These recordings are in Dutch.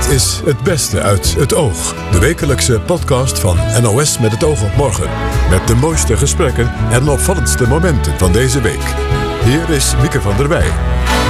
is Het Beste uit het Oog. De wekelijkse podcast van NOS met het oog op morgen. Met de mooiste gesprekken en de opvallendste momenten van deze week. Hier is Mieke van der Wij.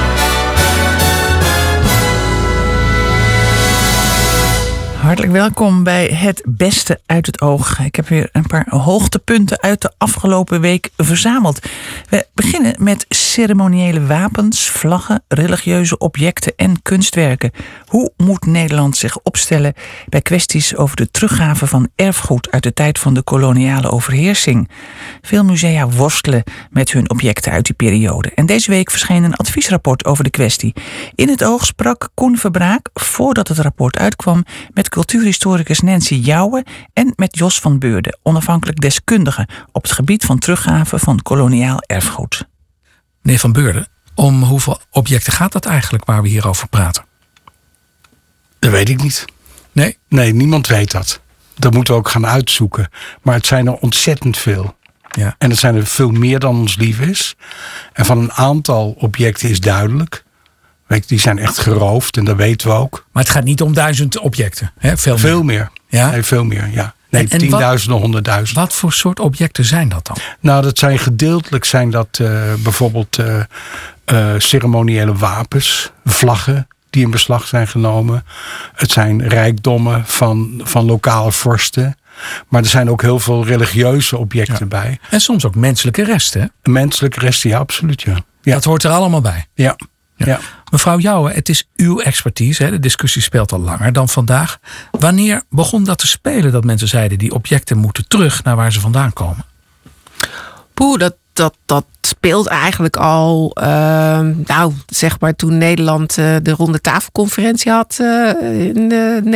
Hartelijk welkom bij Het Beste uit het Oog. Ik heb weer een paar hoogtepunten uit de afgelopen week verzameld. We beginnen met ceremoniële wapens, vlaggen, religieuze objecten en kunstwerken. Hoe moet Nederland zich opstellen bij kwesties over de teruggave van erfgoed uit de tijd van de koloniale overheersing? Veel musea worstelen met hun objecten uit die periode. En deze week verscheen een adviesrapport over de kwestie. In het Oog sprak Koen Verbraak, voordat het rapport uitkwam, met cultuurhistoricus Nancy Jouwe en met Jos van Beurden, onafhankelijk deskundige op het gebied van teruggave van koloniaal erfgoed. Meneer Van Beurden, om hoeveel objecten gaat het eigenlijk waar we hier over praten? Dat weet ik niet. Nee? Nee, niemand weet dat. Dat moeten we ook gaan uitzoeken. Maar het zijn er ontzettend veel. Ja. En het zijn er veel meer dan ons lief is. En van een aantal objecten is duidelijk. Die zijn echt geroofd en dat weten we ook. Maar het gaat niet om 1000 objecten. Hè? Veel meer. Ja? Nee, veel meer, ja. Nee, en 10.000, 100.000. Wat voor soort objecten zijn dat dan? Nou, dat zijn gedeeltelijk zijn dat bijvoorbeeld ceremoniële wapens, vlaggen die in beslag zijn genomen. Het zijn rijkdommen van lokale vorsten. Maar er zijn ook heel veel religieuze objecten bij. En soms ook menselijke resten, hè? Menselijke resten, ja, absoluut, ja. Dat hoort er allemaal bij. Ja. Ja. Mevrouw Jouwe, het is uw expertise. Hè? De discussie speelt al langer dan vandaag. Wanneer begon dat te spelen dat mensen zeiden die objecten moeten terug naar waar ze vandaan komen? Dat speelt eigenlijk al, zeg maar toen Nederland de ronde tafelconferentie had in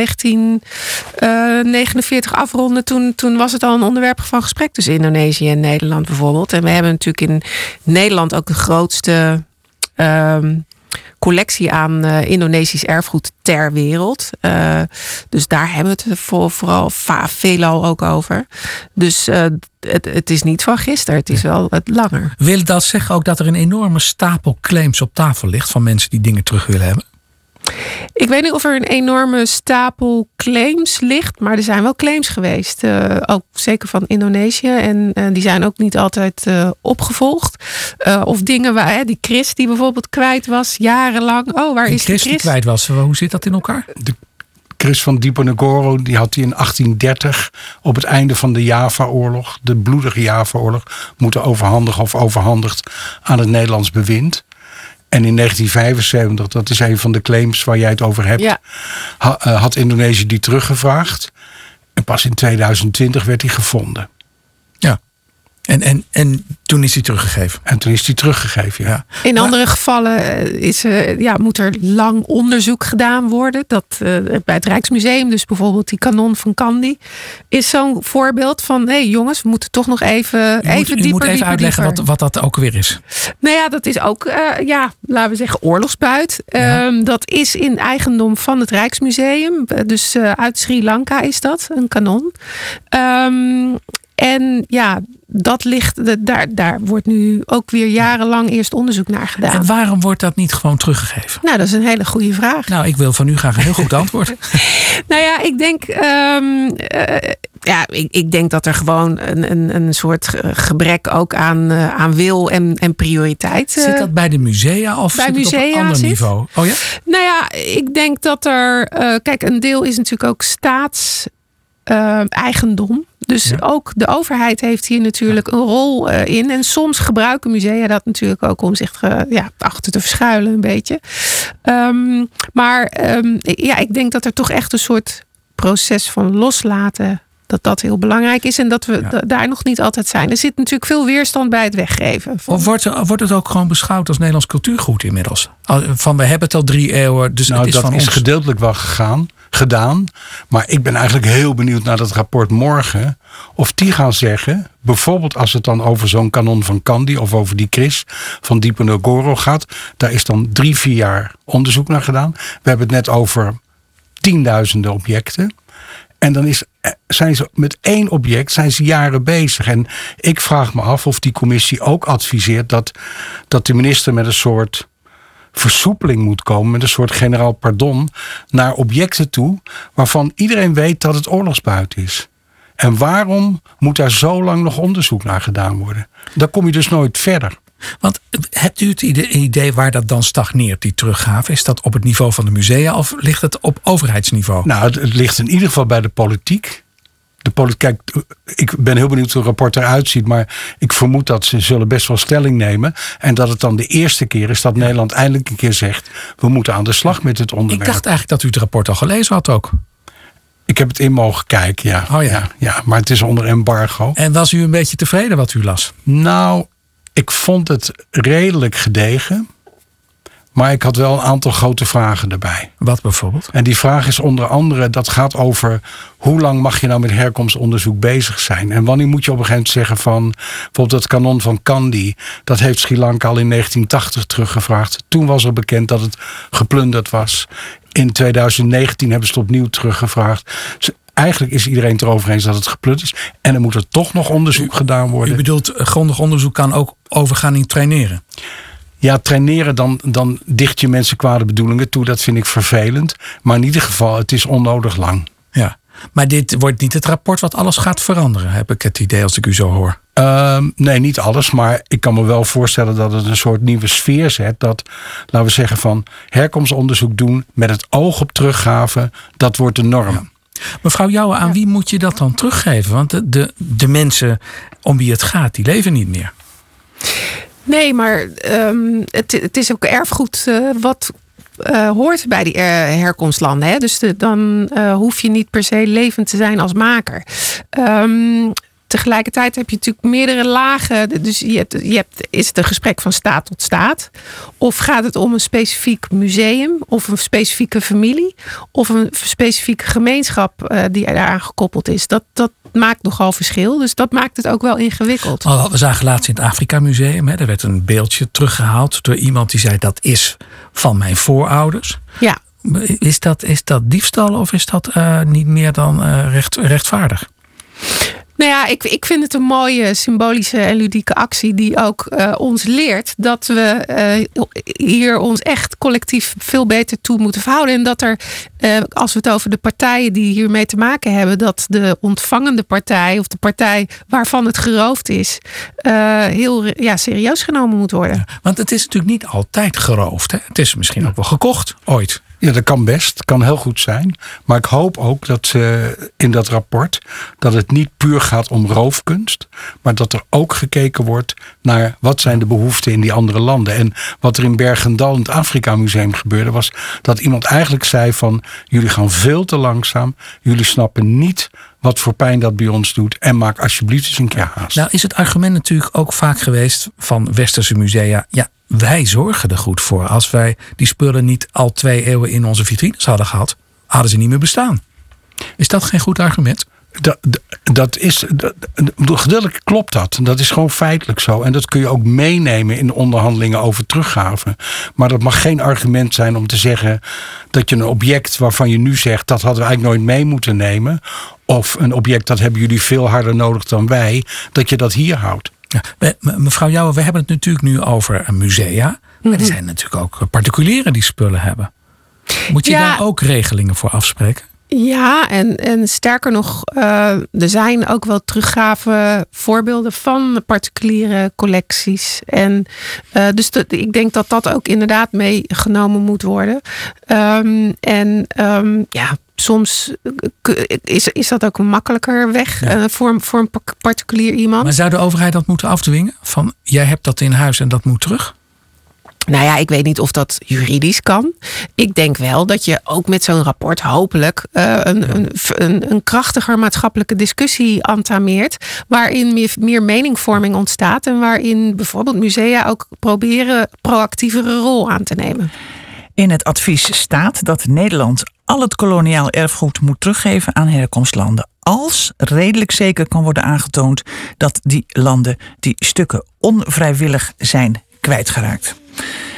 1949 afronden. Toen was het al een onderwerp van gesprek tussen Indonesië en Nederland bijvoorbeeld. En we hebben natuurlijk in Nederland ook de grootste collectie aan Indonesisch erfgoed ter wereld. Dus daar hebben we het vooral veelal ook over. Dus het is niet van gisteren, het is wel wat langer. Wil dat zeggen ook dat er een enorme stapel claims op tafel ligt van mensen die dingen terug willen hebben? Ik weet niet of er een enorme stapel claims ligt, maar er zijn wel claims geweest. Ook zeker van Indonesië. En die zijn ook niet altijd opgevolgd. Of dingen waar die Chris die bijvoorbeeld kwijt was, jarenlang. Oh, waar is Chris die kwijt was? Hoe zit dat in elkaar? De Chris van Diponegoro, die had hij in 1830 op het einde van de Java-oorlog, de bloedige Java-oorlog, moeten overhandigd aan het Nederlands bewind. En in 1975, dat is een van de claims waar jij het over hebt, ja, had Indonesië die teruggevraagd. En pas in 2020 werd hij gevonden. Ja. En toen is hij teruggegeven. En toen is hij teruggegeven, ja. In andere gevallen moet er lang onderzoek gedaan worden. Dat bij het Rijksmuseum, dus bijvoorbeeld die kanon van Kandy, is zo'n voorbeeld van, hé jongens, we moeten toch nog even dieper. Je moet even uitleggen wat dat ook weer is. Nou ja, dat is ook, laten we zeggen, oorlogsbuit. Ja. Dat is in eigendom van het Rijksmuseum. Dus uit Sri Lanka is dat, een kanon. En ja, dat ligt, daar wordt nu ook weer jarenlang eerst onderzoek naar gedaan. En waarom wordt dat niet gewoon teruggegeven? Nou, dat is een hele goede vraag. Nou, ik wil van u graag een heel goed antwoord. Nou ja, ik denk, ik denk dat er gewoon een soort gebrek ook aan wil en prioriteit. Zit dat bij de musea of bij zit het op een ander niveau? Oh ja? Nou ja, ik denk dat er, kijk, een deel is natuurlijk ook eigendom. Dus ook de overheid heeft hier natuurlijk een rol in. En soms gebruiken musea dat natuurlijk ook om zich achter te verschuilen een beetje. Ik denk dat er toch echt een soort proces van loslaten, dat heel belangrijk is. En dat we daar nog niet altijd zijn. Er zit natuurlijk veel weerstand bij het weggeven. Of wordt het ook gewoon beschouwd als Nederlands cultuurgoed inmiddels? Van we hebben het al 3 eeuwen. Dus het is dat van is ons. Gedeeltelijk wel gedaan. Maar ik ben eigenlijk heel benieuwd naar dat rapport morgen. Of die gaan zeggen, bijvoorbeeld als het dan over zo'n kanon van Kandy of over die Chris van Diponegoro gaat. Daar is dan 3-4 jaar onderzoek naar gedaan. We hebben het net over 10.000 objecten. En dan zijn ze met 1 object jaren bezig. En ik vraag me af of die commissie ook adviseert dat de minister met een soort versoepeling moet komen, met een soort generaal pardon, naar objecten toe waarvan iedereen weet dat het oorlogsbuit is. En waarom moet daar zo lang nog onderzoek naar gedaan worden? Dan kom je dus nooit verder. Want hebt u het idee waar dat dan stagneert, die teruggave? Is dat op het niveau van de musea of ligt het op overheidsniveau? Nou, het ligt in ieder geval bij de politiek. Kijk, ik ben heel benieuwd hoe het rapport eruit ziet, maar ik vermoed dat ze zullen best wel stelling nemen. En dat het dan de eerste keer is dat Nederland eindelijk een keer zegt, we moeten aan de slag met dit onderwerp. Ik dacht eigenlijk dat u het rapport al gelezen had ook. Ik heb het in mogen kijken, ja. Oh ja. Ja, maar het is onder embargo. En was u een beetje tevreden wat u las? Nou, ik vond het redelijk gedegen. Maar ik had wel een aantal grote vragen erbij. Wat bijvoorbeeld? En die vraag is onder andere, dat gaat over hoe lang mag je nou met herkomstonderzoek bezig zijn? En wanneer moet je op een gegeven moment zeggen van, bijvoorbeeld het kanon van Kandy, dat heeft Sri Lanka al in 1980 teruggevraagd. Toen was er bekend dat het geplunderd was. In 2019 hebben ze het opnieuw teruggevraagd. Dus eigenlijk is iedereen het erover eens dat het geplunderd is. En er moet er toch nog onderzoek gedaan worden. U bedoelt, grondig onderzoek kan ook overgaan in traineren? Ja, traineren, dan dicht je mensen kwade bedoelingen toe. Dat vind ik vervelend. Maar in ieder geval, het is onnodig lang. Ja, maar dit wordt niet het rapport wat alles gaat veranderen, heb ik het idee als ik u zo hoor. Nee, niet alles. Maar ik kan me wel voorstellen dat het een soort nieuwe sfeer zet. Dat, laten we zeggen van, herkomstonderzoek doen met het oog op teruggave. Dat wordt de norm. Ja. Mevrouw Jouwen, aan wie moet je dat dan teruggeven? Want de mensen om wie het gaat, die leven niet meer. Nee, maar het is ook erfgoed wat hoort bij die herkomstlanden. Hè? Dus dan hoef je niet per se levend te zijn als maker. Tegelijkertijd heb je natuurlijk meerdere lagen. Dus is het een gesprek van staat tot staat? Of gaat het om een specifiek museum? Of een specifieke familie? Of een specifieke gemeenschap die daaraan gekoppeld is? Dat maakt nogal verschil. Dus dat maakt het ook wel ingewikkeld. We zagen laatst in het Afrika Museum. Er werd een beeldje teruggehaald door iemand die zei, dat is van mijn voorouders. Ja. Is dat diefstal of is dat niet meer dan rechtvaardig? Nou ja, ik vind het een mooie symbolische en ludieke actie die ook ons leert dat we hier ons echt collectief veel beter toe moeten verhouden. En dat er, als we het over de partijen die hiermee te maken hebben, dat de ontvangende partij of de partij waarvan het geroofd is, heel serieus genomen moet worden. Ja, want het is natuurlijk niet altijd geroofd. Hè? Het is misschien ook wel gekocht, ooit. Ja, dat kan best. Het kan heel goed zijn. Maar ik hoop ook dat in dat rapport dat het niet puur gaat om roofkunst. Maar dat er ook gekeken wordt naar wat zijn de behoeften in die andere landen. En wat er in Bergendal in het Afrika Museum gebeurde was dat iemand eigenlijk zei van, jullie gaan veel te langzaam. Jullie snappen niet wat voor pijn dat bij ons doet. En maak alsjeblieft eens een keer haast. Nou is het argument natuurlijk ook vaak geweest van westerse musea. Ja, wij zorgen er goed voor. Als wij die spullen niet al 2 eeuwen in onze vitrines hadden gehad, hadden ze niet meer bestaan. Is dat geen goed argument? Gedeeltelijk klopt dat. Dat is gewoon feitelijk zo. En dat kun je ook meenemen in de onderhandelingen over teruggave. Maar dat mag geen argument zijn om te zeggen dat je een object waarvan je nu zegt, dat hadden we eigenlijk nooit mee moeten nemen. Of een object dat hebben jullie veel harder nodig dan wij, dat je dat hier houdt. Ja, mevrouw Jouwen, we hebben het natuurlijk nu over een musea. Maar er zijn natuurlijk ook particulieren die spullen hebben. Moet je daar ook regelingen voor afspreken? Ja, en sterker nog, er zijn ook wel teruggave voorbeelden van particuliere collecties. En dus ik denk dat dat ook inderdaad meegenomen moet worden. Soms is dat ook een makkelijker weg voor een particulier iemand. Maar zou de overheid dat moeten afdwingen? Van, jij hebt dat in huis en dat moet terug? Nou ja, ik weet niet of dat juridisch kan. Ik denk wel dat je ook met zo'n rapport hopelijk een krachtiger maatschappelijke discussie entameert. Waarin meer meningvorming ontstaat. En waarin bijvoorbeeld musea ook proberen proactievere rol aan te nemen. In het advies staat dat Nederland al het koloniaal erfgoed moet teruggeven aan herkomstlanden, als redelijk zeker kan worden aangetoond dat die landen die stukken onvrijwillig zijn kwijtgeraakt.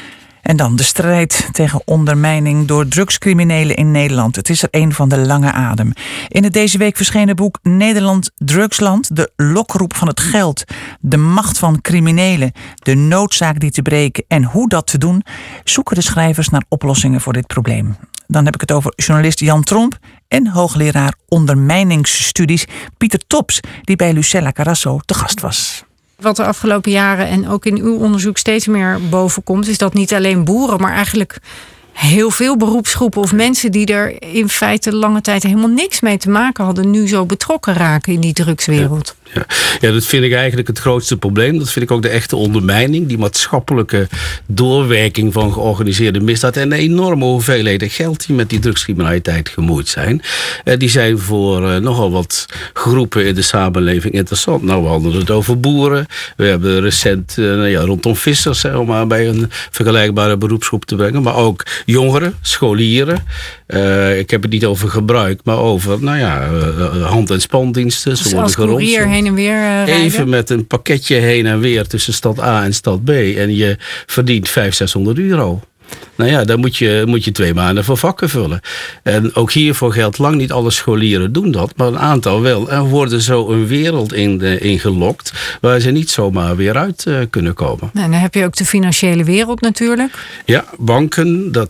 En dan de strijd tegen ondermijning door drugscriminelen in Nederland. Het is er een van de lange adem. In het deze week verschenen boek Nederland Drugsland, de lokroep van het geld, de macht van criminelen, de noodzaak die te breken en hoe dat te doen, zoeken de schrijvers naar oplossingen voor dit probleem. Dan heb ik het over journalist Jan Tromp en hoogleraar ondermijningsstudies Pieter Tops, die bij Lucella Carrasso te gast was. Wat de afgelopen jaren en ook in uw onderzoek steeds meer bovenkomt, is dat niet alleen boeren, maar eigenlijk heel veel beroepsgroepen of mensen die er in feite lange tijd helemaal niks mee te maken hadden, nu zo betrokken raken in die drugswereld. Ja, dat vind ik eigenlijk het grootste probleem. Dat vind ik ook de echte ondermijning. Die maatschappelijke doorwerking van georganiseerde misdaad en de enorme hoeveelheden geld die met die drugscriminaliteit gemoeid zijn. Die zijn voor nogal wat groepen in de samenleving interessant. Nou, we hadden het over boeren. We hebben recent rondom vissers, om maar bij een vergelijkbare beroepsgroep te brengen. Maar ook jongeren, scholieren. Ik heb het niet over gebruik, maar over hand- en spandiensten. Dus als courier heen en weer rijden? Even met een pakketje heen en weer tussen stad A en stad B. En je verdient 500-600 euro. Nou ja, daar moet je 2 maanden voor vakken vullen. En ook hiervoor geldt, lang niet alle scholieren doen dat, maar een aantal wel. En worden zo een wereld ingelokt waar ze niet zomaar weer uit kunnen komen. En dan heb je ook de financiële wereld natuurlijk. Ja, banken, dat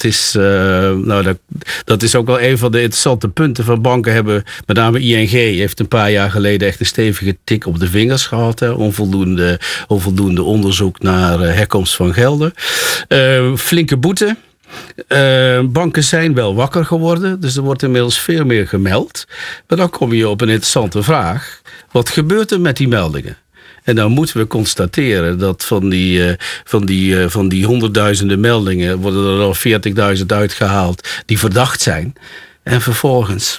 is ook wel een van de interessante punten van banken. Hebben, met name ING heeft een paar jaar geleden echt een stevige tik op de vingers gehad. Onvoldoende onderzoek naar herkomst van gelden. Flinke boete. Banken zijn wel wakker geworden, dus er wordt inmiddels veel meer gemeld. Maar dan kom je op een interessante vraag. Wat gebeurt er met die meldingen? En dan moeten we constateren dat van die honderdduizenden meldingen worden er al 40.000 uitgehaald die verdacht zijn. En vervolgens,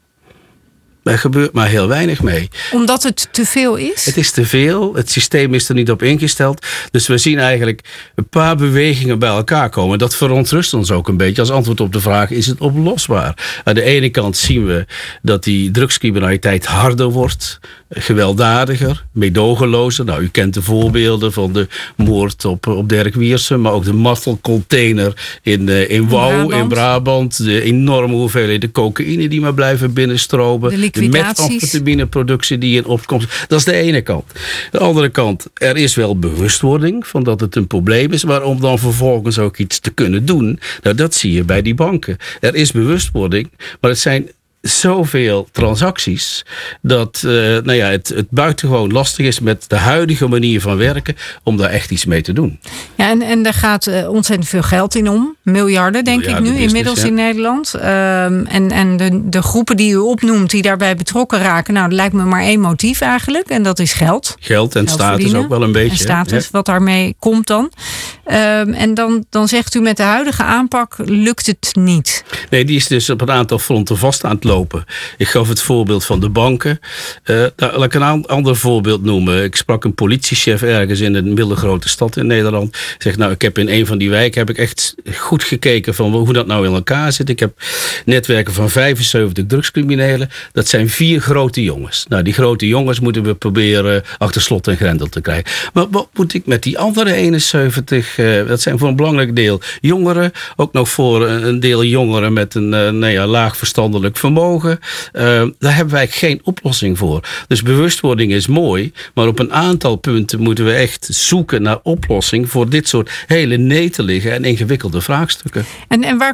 er gebeurt maar heel weinig mee. Omdat het te veel is? Het is te veel. Het systeem is er niet op ingesteld. Dus we zien eigenlijk een paar bewegingen bij elkaar komen. Dat verontrust ons ook een beetje. Als antwoord op de vraag, is het oplosbaar? Aan de ene kant zien we dat die drugscriminaliteit harder wordt. Gewelddadiger, meedogenlozer. Nou, u kent de voorbeelden van de moord op Dirk Wiersum. Maar ook de martelcontainer in Wouw, in Brabant. De enorme hoeveelheden cocaïne die maar blijven binnenstromen. De methamfetamineproductie die in opkomst. Dat is de ene kant. De andere kant, er is wel bewustwording van dat het een probleem is. Maar om dan vervolgens ook iets te kunnen doen. Nou, dat zie je bij die banken. Er is bewustwording, maar het zijn zoveel transacties dat het buitengewoon lastig is met de huidige manier van werken om daar echt iets mee te doen. Ja, en daar gaat ontzettend veel geld in om. Miljarden, denk ik nu, business, inmiddels in Nederland. En de groepen die u opnoemt die daarbij betrokken raken, nou, dat lijkt me maar één motief eigenlijk. En dat is geld. Geld en status verdienen. Ook wel een beetje. En status, wat daarmee komt dan. En dan zegt u met de huidige aanpak lukt het niet. Nee, die is dus op een aantal fronten vast aan het lopen. Ik gaf het voorbeeld van de banken. Laat ik een ander voorbeeld noemen. Ik sprak een politiechef ergens in een middelgrote stad in Nederland. Zegt, nou, ik heb in een van die wijken echt goed gekeken van hoe dat nou in elkaar zit. Ik heb netwerken van 75 drugscriminelen. Dat zijn 4 grote jongens. Nou, die grote jongens moeten we proberen achter slot en grendel te krijgen. Maar wat moet ik met die andere 71? Dat zijn voor een belangrijk deel jongeren. Ook nog voor een deel jongeren met een laag verstandelijk vermogen. Daar hebben wij geen oplossing voor. Dus bewustwording is mooi, maar op een aantal punten moeten we echt zoeken naar oplossing voor dit soort hele netelige en ingewikkelde vraagstukken. En waar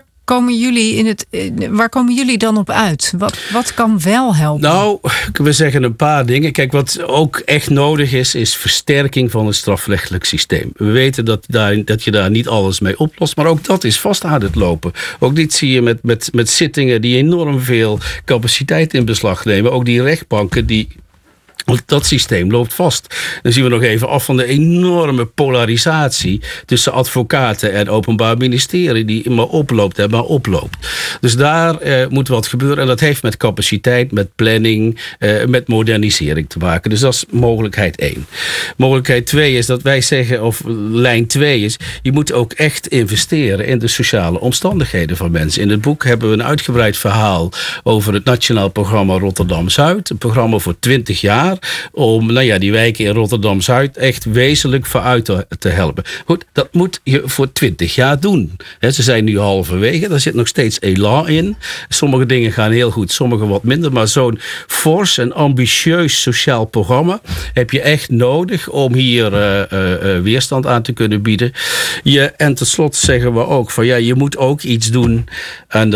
komen jullie dan op uit? Wat kan wel helpen? Nou, we zeggen een paar dingen. Kijk, wat ook echt nodig is versterking van het strafrechtelijk systeem. We weten dat je daar niet alles mee oplost, maar ook dat is vast aan het lopen. Ook dit zie je met zittingen die enorm veel capaciteit in beslag nemen. Ook die rechtbanken dat systeem loopt vast. Dan zien we nog even af van de enorme polarisatie tussen advocaten en openbaar ministerie die maar oploopt en maar oploopt. Dus daar moet wat gebeuren. En dat heeft met capaciteit, met planning, met modernisering te maken. Dus dat is mogelijkheid 1. Mogelijkheid 2 is dat wij zeggen, of lijn 2 is, je moet ook echt investeren in de sociale omstandigheden van mensen. In het boek hebben we een uitgebreid verhaal over het Nationaal Programma Rotterdam-Zuid. Een programma voor 20 jaar om die wijken in Rotterdam-Zuid echt wezenlijk vooruit te helpen. Goed, dat moet je voor 20 jaar doen. Ze zijn nu halverwege, daar zit nog steeds elan in. Sommige dingen gaan heel goed, sommige wat minder. Maar zo'n fors en ambitieus sociaal programma heb je echt nodig om hier weerstand aan te kunnen bieden. En tot slot zeggen we ook van je moet ook iets doen aan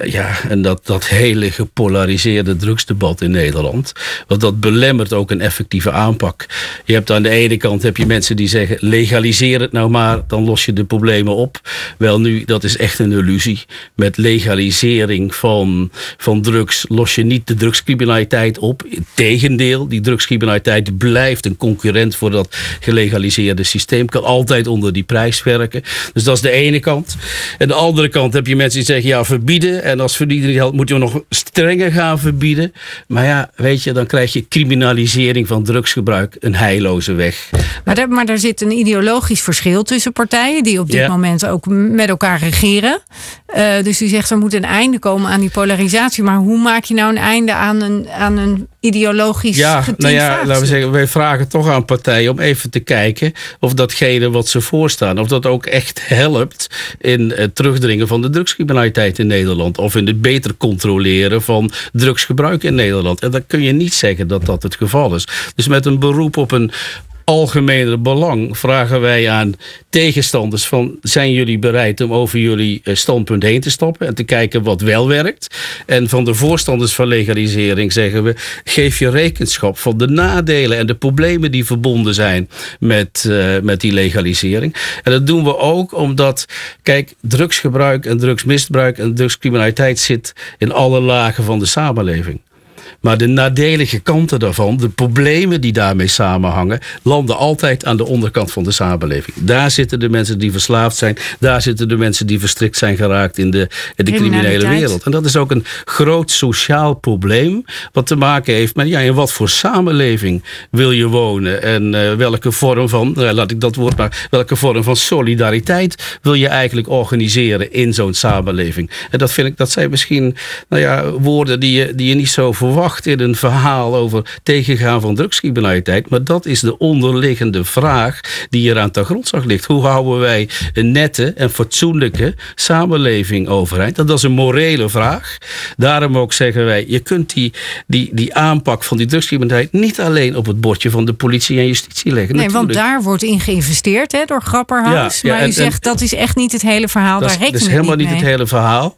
dat hele gepolariseerde drugsdebat in Nederland. Want dat belemmert ook een effectieve aanpak. Je hebt aan de ene kant mensen die zeggen legaliseer het nou maar, dan los je de problemen op. Wel nu, dat is echt een illusie. Met legalisering van drugs los je niet de drugscriminaliteit op. Integendeel, die drugscriminaliteit blijft een concurrent voor dat gelegaliseerde systeem. Kan altijd onder die prijs werken. Dus dat is de ene kant. En de andere kant heb je mensen die zeggen verbieden. En als verbieden niet helpt, moeten we nog strenger gaan verbieden. Maar weet je, dan krijg je criminalisering van drugsgebruik een heilloze weg. Maar daar zit een ideologisch verschil tussen partijen die op dit moment ook met elkaar regeren. Dus u zegt er moet een einde komen aan die polarisatie. Maar hoe maak je nou een einde aan een ideologisch getint vraagstuk? Laten we zeggen, wij vragen toch aan partijen om even te kijken of datgene wat ze voorstaan, of dat ook echt helpt in het terugdringen van de drugscriminaliteit in Nederland. Of in het beter controleren van drugsgebruik in Nederland. En dan kun je niet zeggen dat dat het geval is. Dus met een beroep op een algemener belang vragen wij aan tegenstanders van, zijn jullie bereid om over jullie standpunt heen te stappen en te kijken wat wel werkt? En van de voorstanders van legalisering zeggen we, geef je rekenschap van de nadelen en de problemen die verbonden zijn met die legalisering. En dat doen we ook omdat, kijk, drugsgebruik en drugsmisbruik en drugscriminaliteit zit in alle lagen van de samenleving. Maar de nadelige kanten daarvan, de problemen die daarmee samenhangen, landen altijd aan de onderkant van de samenleving. Daar zitten de mensen die verslaafd zijn. Daar zitten de mensen die verstrikt zijn geraakt in de criminele wereld. En dat is ook een groot sociaal probleem wat te maken heeft met in wat voor samenleving wil je wonen en welke vorm van, laat ik dat woord maar, welke vorm van solidariteit wil je eigenlijk organiseren in zo'n samenleving. En dat vind ik, dat zijn misschien woorden die je niet zo verwacht in een verhaal over tegengaan van drugscriminaliteit. Maar dat is de onderliggende vraag die hier aan ten grondslag ligt. Hoe houden wij een nette en fatsoenlijke samenleving overeind? Dat is een morele vraag. Daarom ook zeggen wij, je kunt die aanpak van die drugscriminaliteit niet alleen op het bordje van de politie en justitie leggen. Nee, want daar wordt in geïnvesteerd door Grapperhaus. Maar u zegt dat is echt niet het hele verhaal. Daar rekenen we niet mee. Dat is helemaal niet het hele verhaal.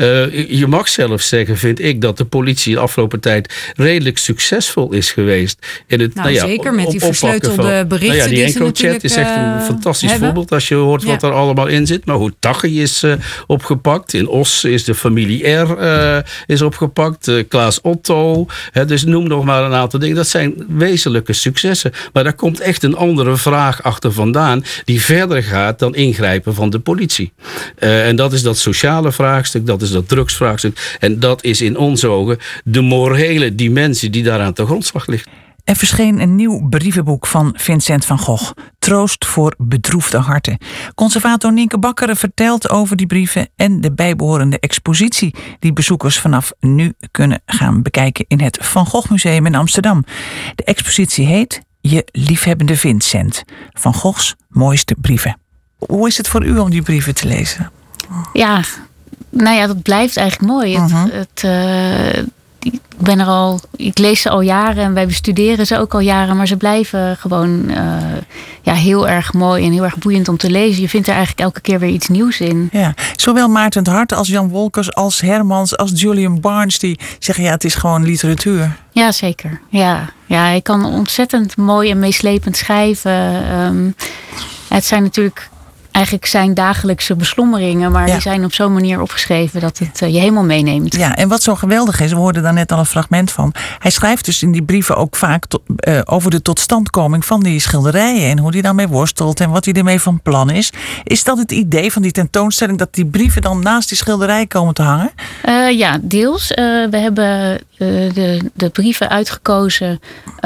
Je mag zelfs zeggen, vind ik, dat de politie de afgelopen tijd redelijk succesvol is geweest in het zeker met die versleutelde berichten. Die EncroChat is echt een fantastisch voorbeeld als je hoort wat er allemaal in zit. Maar hoe Taghi is opgepakt. In Os is de familie R is opgepakt. Klaas Otto. Dus noem nog maar een aantal dingen. Dat zijn wezenlijke successen. Maar daar komt echt een andere vraag achter vandaan die verder gaat dan ingrijpen van de politie. En dat is dat sociale vraagstuk. Dat is dat drugsvraagstuk. En dat is in onze ogen de morele dimensie die daaraan ten grondslag ligt. Er verscheen een nieuw brievenboek van Vincent van Gogh. Troost voor bedroefde harten. Conservator Nienke Bakker vertelt over die brieven en de bijbehorende expositie die bezoekers vanaf nu kunnen gaan bekijken in het Van Gogh Museum in Amsterdam. De expositie heet Je liefhebbende Vincent. Van Goghs mooiste brieven. Hoe is het voor u om die brieven te lezen? Ja, dat blijft eigenlijk mooi. Ik lees ze al jaren en wij bestuderen ze ook al jaren, maar ze blijven gewoon heel erg mooi en heel erg boeiend om te lezen. Je vindt er eigenlijk elke keer weer iets nieuws in. Ja, zowel Maarten het Hart als Jan Wolkers, als Hermans, als Julian Barnes, die zeggen het is gewoon literatuur. Ja, zeker. Ja, hij kan ontzettend mooi en meeslepend schrijven. Het zijn natuurlijk eigenlijk zijn dagelijkse beslommeringen. Maar die zijn op zo'n manier opgeschreven dat het je helemaal meeneemt. Ja, en wat zo geweldig is, we hoorden daar net al een fragment van. Hij schrijft dus in die brieven ook vaak over de totstandkoming van die schilderijen. En hoe hij daarmee worstelt en wat hij ermee van plan is. Is dat het idee van die tentoonstelling, dat die brieven dan naast die schilderijen komen te hangen? Ja, deels. We hebben de brieven uitgekozen.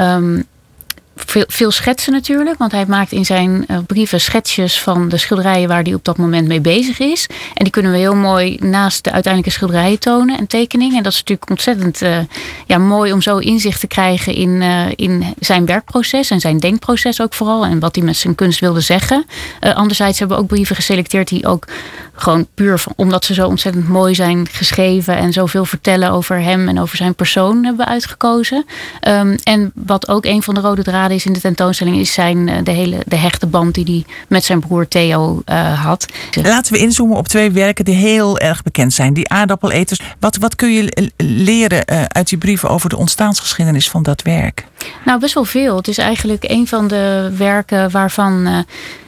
Veel schetsen natuurlijk, want hij maakt in zijn brieven schetsjes van de schilderijen waar hij op dat moment mee bezig is. En die kunnen we heel mooi naast de uiteindelijke schilderijen tonen en tekeningen. En dat is natuurlijk ontzettend mooi om zo inzicht te krijgen in zijn werkproces en zijn denkproces ook vooral. En wat hij met zijn kunst wilde zeggen. Anderzijds hebben we ook brieven geselecteerd die ook gewoon puur omdat ze zo ontzettend mooi zijn geschreven en zoveel vertellen over hem en over zijn persoon hebben we uitgekozen. En wat ook een van de rode draden is in de tentoonstelling is de hechte band die hij met zijn broer Theo had. Laten we inzoomen op 2 werken die heel erg bekend zijn. Die aardappeleters. Wat kun je leren uit die brieven over de ontstaansgeschiedenis van dat werk? Nou, best wel veel. Het is eigenlijk een van de werken waarvan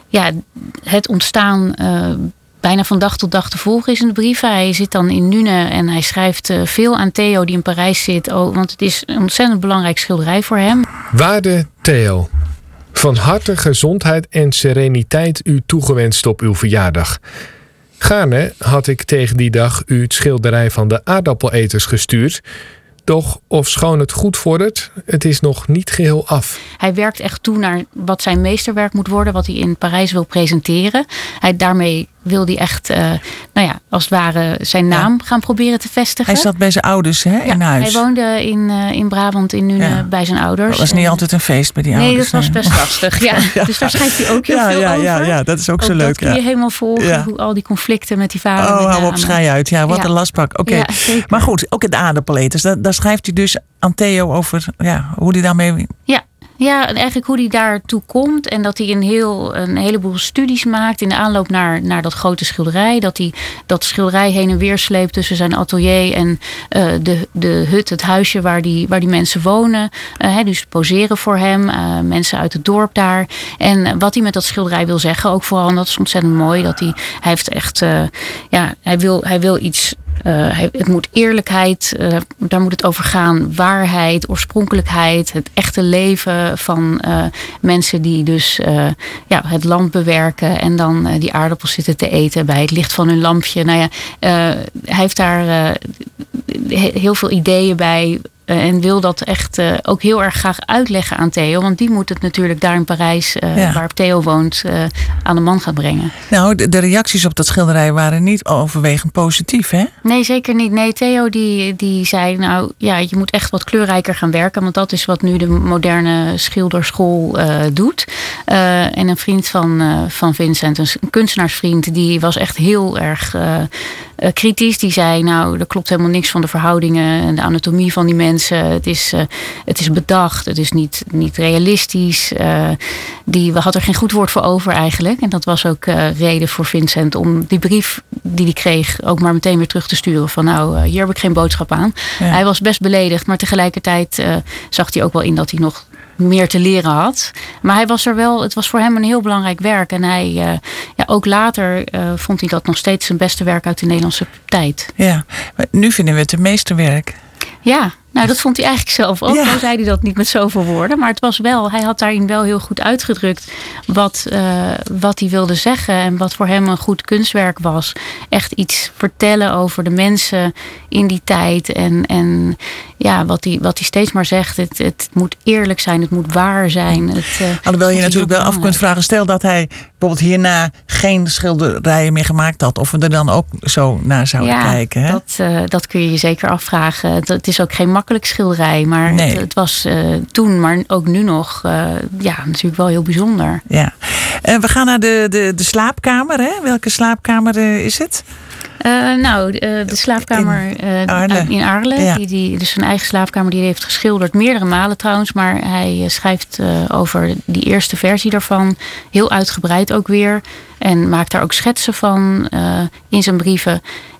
het ontstaan bijna van dag tot dag te volgen is in de brieven. Hij zit dan in Nune en hij schrijft veel aan Theo die in Parijs zit. Want het is een ontzettend belangrijk schilderij voor hem. Waarde Theo, van harte gezondheid en sereniteit u toegewenst op uw verjaardag. Gaarne had ik tegen die dag u het schilderij van de aardappeleters gestuurd. Doch ofschoon het goed vordert, het is nog niet geheel af. Hij werkt echt toe naar wat zijn meesterwerk moet worden, wat hij in Parijs wil presenteren. Daarmee wil hij echt, als het ware zijn naam gaan proberen te vestigen. Hij zat bij zijn ouders in huis. Hij woonde in Brabant, in Nune, bij zijn ouders. Dat was niet altijd een feest bij die ouders. Nee, dat was best lastig. Ja. Dus daar schrijft hij ook heel veel over. Ja, dat is ook zo leuk. Dat kun je helemaal volgen, hoe al die conflicten met die vader. Oh, hou op, schei uit. Ja, wat een lastpak. Oké. Ja, maar goed, ook de aardappeleters. Daar schrijft hij dus aan Theo over hoe hij daarmee... Ja, en eigenlijk hoe hij daartoe komt. En dat hij een heleboel studies maakt in de aanloop naar dat grote schilderij. Dat hij dat schilderij heen en weer sleept tussen zijn atelier en de hut, het huisje waar die mensen wonen. Dus poseren voor hem, mensen uit het dorp daar. En wat hij met dat schilderij wil zeggen, ook vooral, en dat is ontzettend mooi, dat hij heeft echt, hij wil iets. Het moet eerlijkheid, daar moet het over gaan. Waarheid, oorspronkelijkheid, het echte leven van mensen die dus het land bewerken en dan die aardappels zitten te eten bij het licht van hun lampje. Hij heeft daar heel veel ideeën bij. En wil dat echt ook heel erg graag uitleggen aan Theo. Want die moet het natuurlijk daar in Parijs, waar Theo woont, aan de man gaan brengen. Nou, de reacties op dat schilderij waren niet overwegend positief, hè? Nee, zeker niet. Nee, Theo die zei, je moet echt wat kleurrijker gaan werken. Want dat is wat nu de moderne schilderschool doet. En een vriend van Vincent, een kunstenaarsvriend, die was echt heel erg kritisch. Die zei, er klopt helemaal niks van de verhoudingen en de anatomie van die mensen. Het is bedacht, het is niet realistisch. Die had er geen goed woord voor over eigenlijk. En dat was ook reden voor Vincent om die brief die hij kreeg ook maar meteen weer terug te sturen. Van hier heb ik geen boodschap aan. Ja. Hij was best beledigd, maar tegelijkertijd zag hij ook wel in dat hij nog meer te leren had. Maar hij was er wel, het was voor hem een heel belangrijk werk. En hij, ook later vond hij dat nog steeds zijn beste werk uit de Nederlandse tijd. Ja, maar nu vinden we het een meesterwerk. Ja, dat vond hij eigenlijk zelf ook. Nou zei hij dat niet met zoveel woorden. Maar het was wel, hij had daarin wel heel goed uitgedrukt wat hij wilde zeggen. En wat voor hem een goed kunstwerk was. Echt iets vertellen over de mensen in die tijd. En wat hij steeds maar zegt. Het moet eerlijk zijn, het moet waar zijn. Alhoewel je natuurlijk wel af kunt vragen. Stel dat hij bijvoorbeeld hierna geen schilderijen meer gemaakt had. Of we er dan ook zo naar zouden kijken. Hè? Dat kun je je zeker afvragen. Het is ook geen makkelijk schilderij. Maar het was toen, maar ook nu nog, natuurlijk wel heel bijzonder. Ja. We gaan naar de slaapkamer. Hè? Welke slaapkamer is het? De slaapkamer in Arles. Ja. Dus zijn eigen slaapkamer die hij heeft geschilderd. Meerdere malen trouwens. Maar hij schrijft over die eerste versie daarvan. Heel uitgebreid ook weer. En maakt daar ook schetsen van in zijn brieven.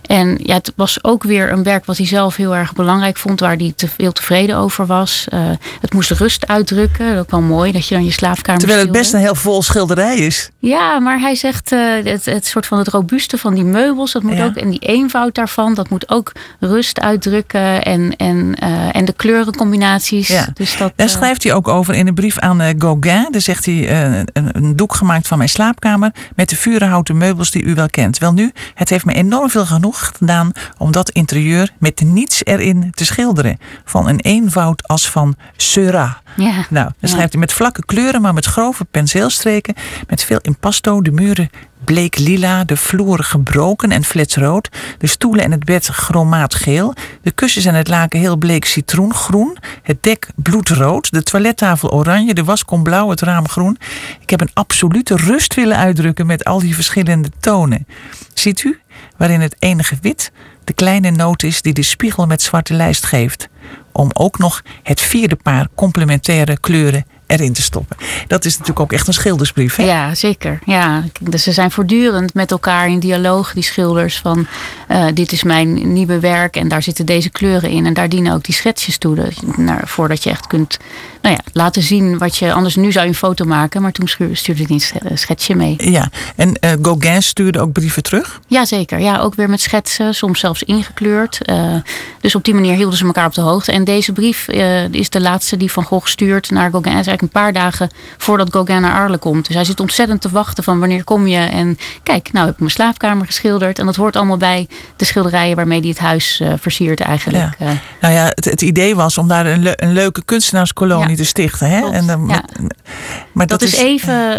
En ja, het was ook weer een werk wat hij zelf heel erg belangrijk vond, waar hij heel tevreden over was. Het moest rust uitdrukken. Ook wel mooi dat je dan je slaapkamer Terwijl het best een heel vol schilderij is. Ja, maar hij zegt het soort van het robuuste van die meubels, dat moet ook, en die eenvoud daarvan, dat moet ook rust uitdrukken en de kleurencombinaties. Ja. Dus dat, Daar schrijft hij ook over in een brief aan Gauguin. Daar zegt hij een doek gemaakt van mijn slaapkamer met de vurenhouten meubels die u wel kent. Wel nu, het heeft me enorm veel genoeg gedaan om dat interieur met niets erin te schilderen. Van een eenvoud als van Seurat. Ja. Nou, dan schrijft hij met vlakke kleuren, maar met grove penseelstreken, met veel impasto, de muren bleek lila, de vloer gebroken en fletsrood, de stoelen en het bed chromaatgeel, de kussens en het laken heel bleek citroengroen, het dek bloedrood, de toilettafel oranje, de waskom blauw, het raam groen. Ik heb een absolute rust willen uitdrukken met al die verschillende tonen. Ziet u, waarin het enige wit de kleine noot is die de spiegel met zwarte lijst geeft, om ook nog het vierde paar complementaire kleuren erin te stoppen. Dat is natuurlijk ook echt een schildersbrief, hè? Ja, zeker. Ja, dus ze zijn voortdurend met elkaar in dialoog, die schilders, van dit is mijn nieuwe werk en daar zitten deze kleuren in en daar dienen ook die schetsjes toe. Voordat je echt kunt laten zien wat je, anders nu zou je een foto maken, maar toen stuurde hij een schetsje mee. Ja, en Gauguin stuurde ook brieven terug? Jazeker, ja, ook weer met schetsen, soms zelfs ingekleurd. Dus op die manier hielden ze elkaar op de hoogte. En deze brief is de laatste die Van Gogh stuurt naar Gauguin. Het is eigenlijk een paar dagen voordat Gauguin naar Arles komt. Dus hij zit ontzettend te wachten van wanneer kom je. En kijk, nou heb ik mijn slaapkamer geschilderd. En dat hoort allemaal bij de schilderijen waarmee hij het huis versiert eigenlijk. Ja. Nou ja, het idee was om daar een leuke kunstenaarskolonie te stichten. Hè? Maar dat is even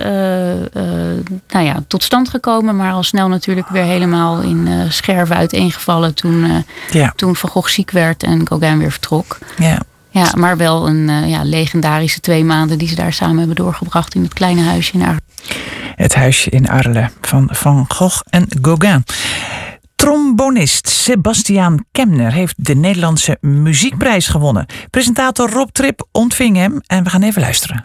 tot stand gekomen. Maar al snel natuurlijk weer helemaal in scherven uiteengevallen toen Van Gogh ziek werd en Gauguin weer vertrok. Ja. Ja, maar wel een legendarische 2 maanden die ze daar samen hebben doorgebracht in het kleine huisje in Arles. Het huisje in Arles van Van Gogh en Gauguin. Trombonist Sebastiaan Kemner heeft de Nederlandse Muziekprijs gewonnen. Presentator Rob Trip ontving hem en we gaan even luisteren.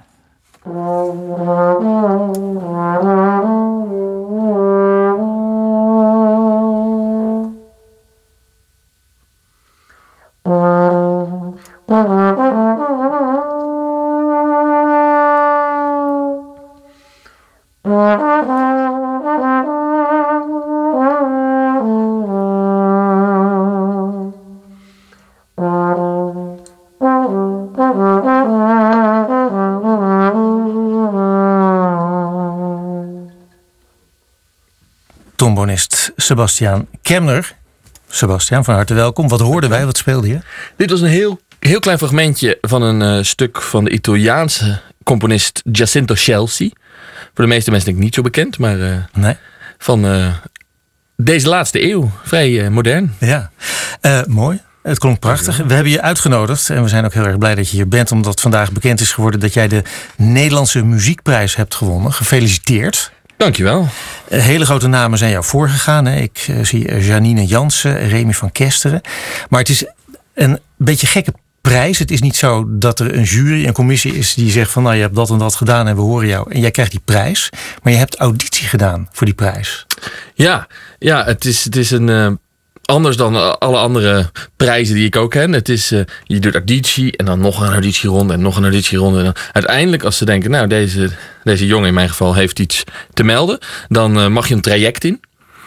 Trombonist Sebastiaan Kemner. Sebastiaan, van harte welkom. Wat hoorden wij? Wat speelde je? Dit was een heel klein fragmentje van een stuk van de Italiaanse componist Giacinto Scelsi. Voor de meeste mensen denk ik niet zo bekend, maar van deze laatste eeuw. Vrij modern. Ja, mooi. Het klonk prachtig. We hebben je uitgenodigd en we zijn ook heel erg blij dat je hier bent, omdat vandaag bekend is geworden dat jij de Nederlandse Muziekprijs hebt gewonnen. Gefeliciteerd. Dankjewel. Hele grote namen zijn jou voorgegaan. Hè? Ik zie Janine Jansen, Remy van Kesteren. Maar het is een beetje gekke prijs. Het is niet zo dat er een jury, een commissie is die zegt van je hebt dat en dat gedaan en we horen jou. En jij krijgt die prijs. Maar je hebt auditie gedaan voor die prijs. Ja, het is een anders dan alle andere prijzen die ik ook ken. Het is, je doet auditie en dan nog een auditieronde en nog een auditieronde. En dan uiteindelijk als ze denken, nou deze jongen in mijn geval heeft iets te melden, dan mag je een traject in.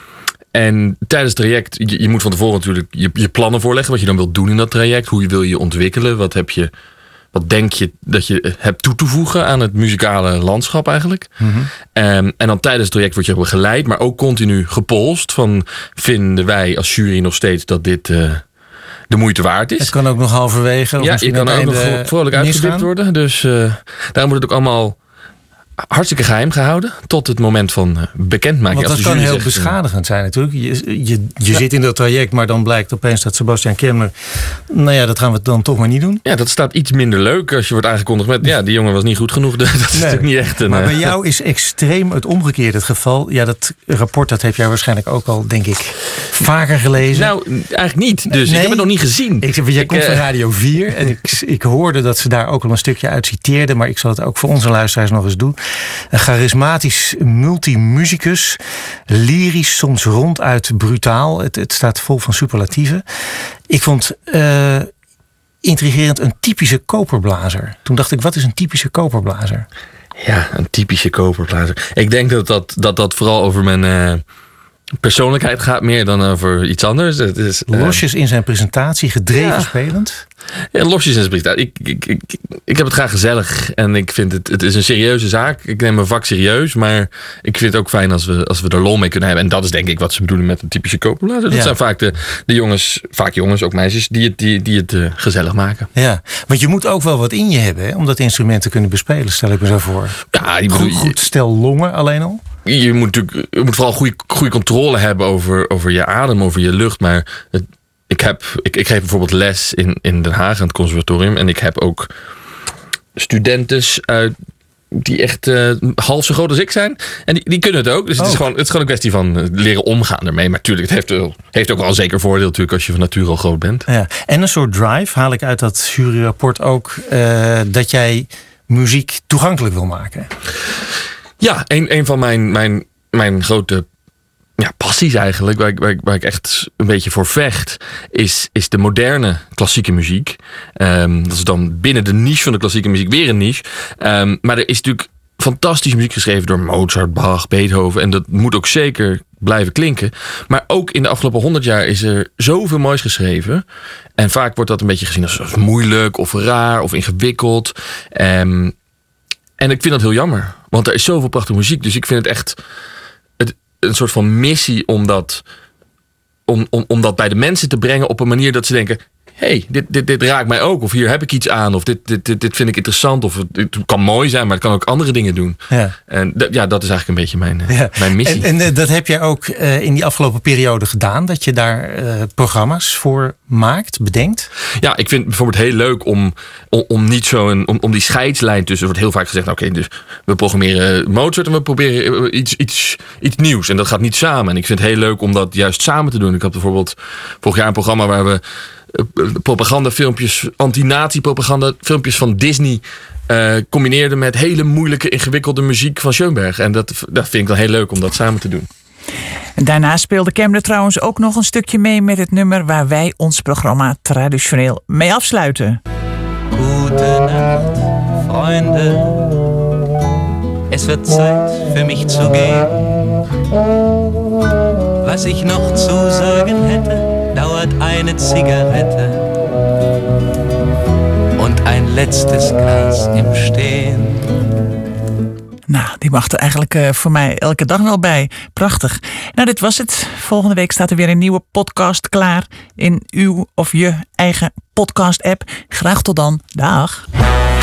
En tijdens het traject, je moet van tevoren natuurlijk je plannen voorleggen, wat je dan wilt doen in dat traject. Hoe wil je je ontwikkelen, wat denk je dat je hebt toe te voegen aan het muzikale landschap eigenlijk. Mm-hmm. En dan tijdens het traject word je begeleid, maar ook continu gepolst van vinden wij als jury nog steeds dat dit de moeite waard is. Het kan ook nog halverwege. Ja, je kan ook nog vrolijk uitgedipt worden. Dus daar moet het ook allemaal hartstikke geheim gehouden tot het moment van bekendmaking. Want dat kan heel beschadigend zijn natuurlijk. Je zit in dat traject, maar dan blijkt opeens dat Sebastiaan Kemner, dat gaan we dan toch maar niet doen. Ja, dat staat iets minder leuk als je wordt aangekondigd met, die jongen was niet goed genoeg. Dat is natuurlijk niet echt maar bij jou is extreem het omgekeerde het geval. Ja, dat rapport dat heb jij waarschijnlijk ook al, denk ik, vaker gelezen. Nou, eigenlijk niet. Dus ik heb het nog niet gezien. Jij komt van Radio 4 en ik hoorde dat ze daar ook al een stukje uit citeerden, maar ik zal het ook voor onze luisteraars nog eens doen. Een charismatisch multimusicus. Lyrisch, soms ronduit brutaal. Het staat vol van superlatieven. Ik vond intrigerend een typische koperblazer. Toen dacht ik, wat is een typische koperblazer? Ja, een typische koperblazer. Ik denk dat vooral over mijn persoonlijkheid gaat meer dan over iets anders. Het is, losjes in zijn presentatie, gedreven spelend. Ja, losjes in zijn presentatie. Ik heb het graag gezellig en ik vind het is een serieuze zaak. Ik neem mijn vak serieus, maar ik vind het ook fijn als we er lol mee kunnen hebben. En dat is denk ik wat ze bedoelen met een typische koperblazer. Dat zijn vaak de jongens, vaak jongens, ook meisjes, die het gezellig maken. Ja, want je moet ook wel wat in je hebben, hè, om dat instrument te kunnen bespelen, stel ik me zo voor. Ja, goed stel longen alleen al. Je moet vooral goede controle hebben over je adem, over je lucht. Maar ik geef bijvoorbeeld les in Den Haag aan het conservatorium. En ik heb ook studenten die echt half zo groot als ik zijn. En die kunnen het ook. Dus het is gewoon een kwestie van leren omgaan ermee. Maar natuurlijk, het heeft ook wel een zeker voordeel natuurlijk als je van nature al groot bent. Ja. En een soort drive haal ik uit dat juryrapport ook. Dat jij muziek toegankelijk wil maken. Ja, een van mijn grote passies eigenlijk, waar ik echt een beetje voor vecht, is de moderne klassieke muziek. Dat is dan binnen de niche van de klassieke muziek weer een niche. Maar er is natuurlijk fantastische muziek geschreven door Mozart, Bach, Beethoven. En dat moet ook zeker blijven klinken. Maar ook in de afgelopen 100 jaar is er zoveel moois geschreven. En vaak wordt dat een beetje gezien als moeilijk of raar of ingewikkeld. En ik vind dat heel jammer. Want er is zoveel prachtige muziek. Dus ik vind het echt een soort van missie om dat bij de mensen te brengen op een manier dat ze denken, hey, dit raakt mij ook. Of hier heb ik iets aan. Of dit vind ik interessant. Of het kan mooi zijn, maar het kan ook andere dingen doen. Ja. En dat is eigenlijk een beetje mijn missie. En dat heb jij ook in die afgelopen periode gedaan? Dat je daar programma's voor maakt, bedenkt? Ja, ik vind het bijvoorbeeld heel leuk om niet zo om die scheidslijn tussen. Er wordt heel vaak gezegd, oké, dus we programmeren Mozart en we proberen iets nieuws. En dat gaat niet samen. En ik vind het heel leuk om dat juist samen te doen. Ik had bijvoorbeeld vorig jaar een programma waar we propagandafilmpjes, anti-nazi-propaganda filmpjes van Disney combineerden met hele moeilijke, ingewikkelde muziek van Schoenberg. En dat vind ik dan heel leuk om dat samen te doen. En daarna speelde Kemner trouwens ook nog een stukje mee met het nummer waar wij ons programma traditioneel mee afsluiten. Goedenacht, Freunde. Es wird Zeit für mich zu gehen. Was ich noch zu sagen hätte, dauert eine Zigarette und ein letztes Glas im Stehen. Nou, die mag er eigenlijk voor mij elke dag wel bij. Prachtig. Nou, dit was het. Volgende week staat er weer een nieuwe podcast klaar in uw of je eigen podcast-app. Graag tot dan. Dag.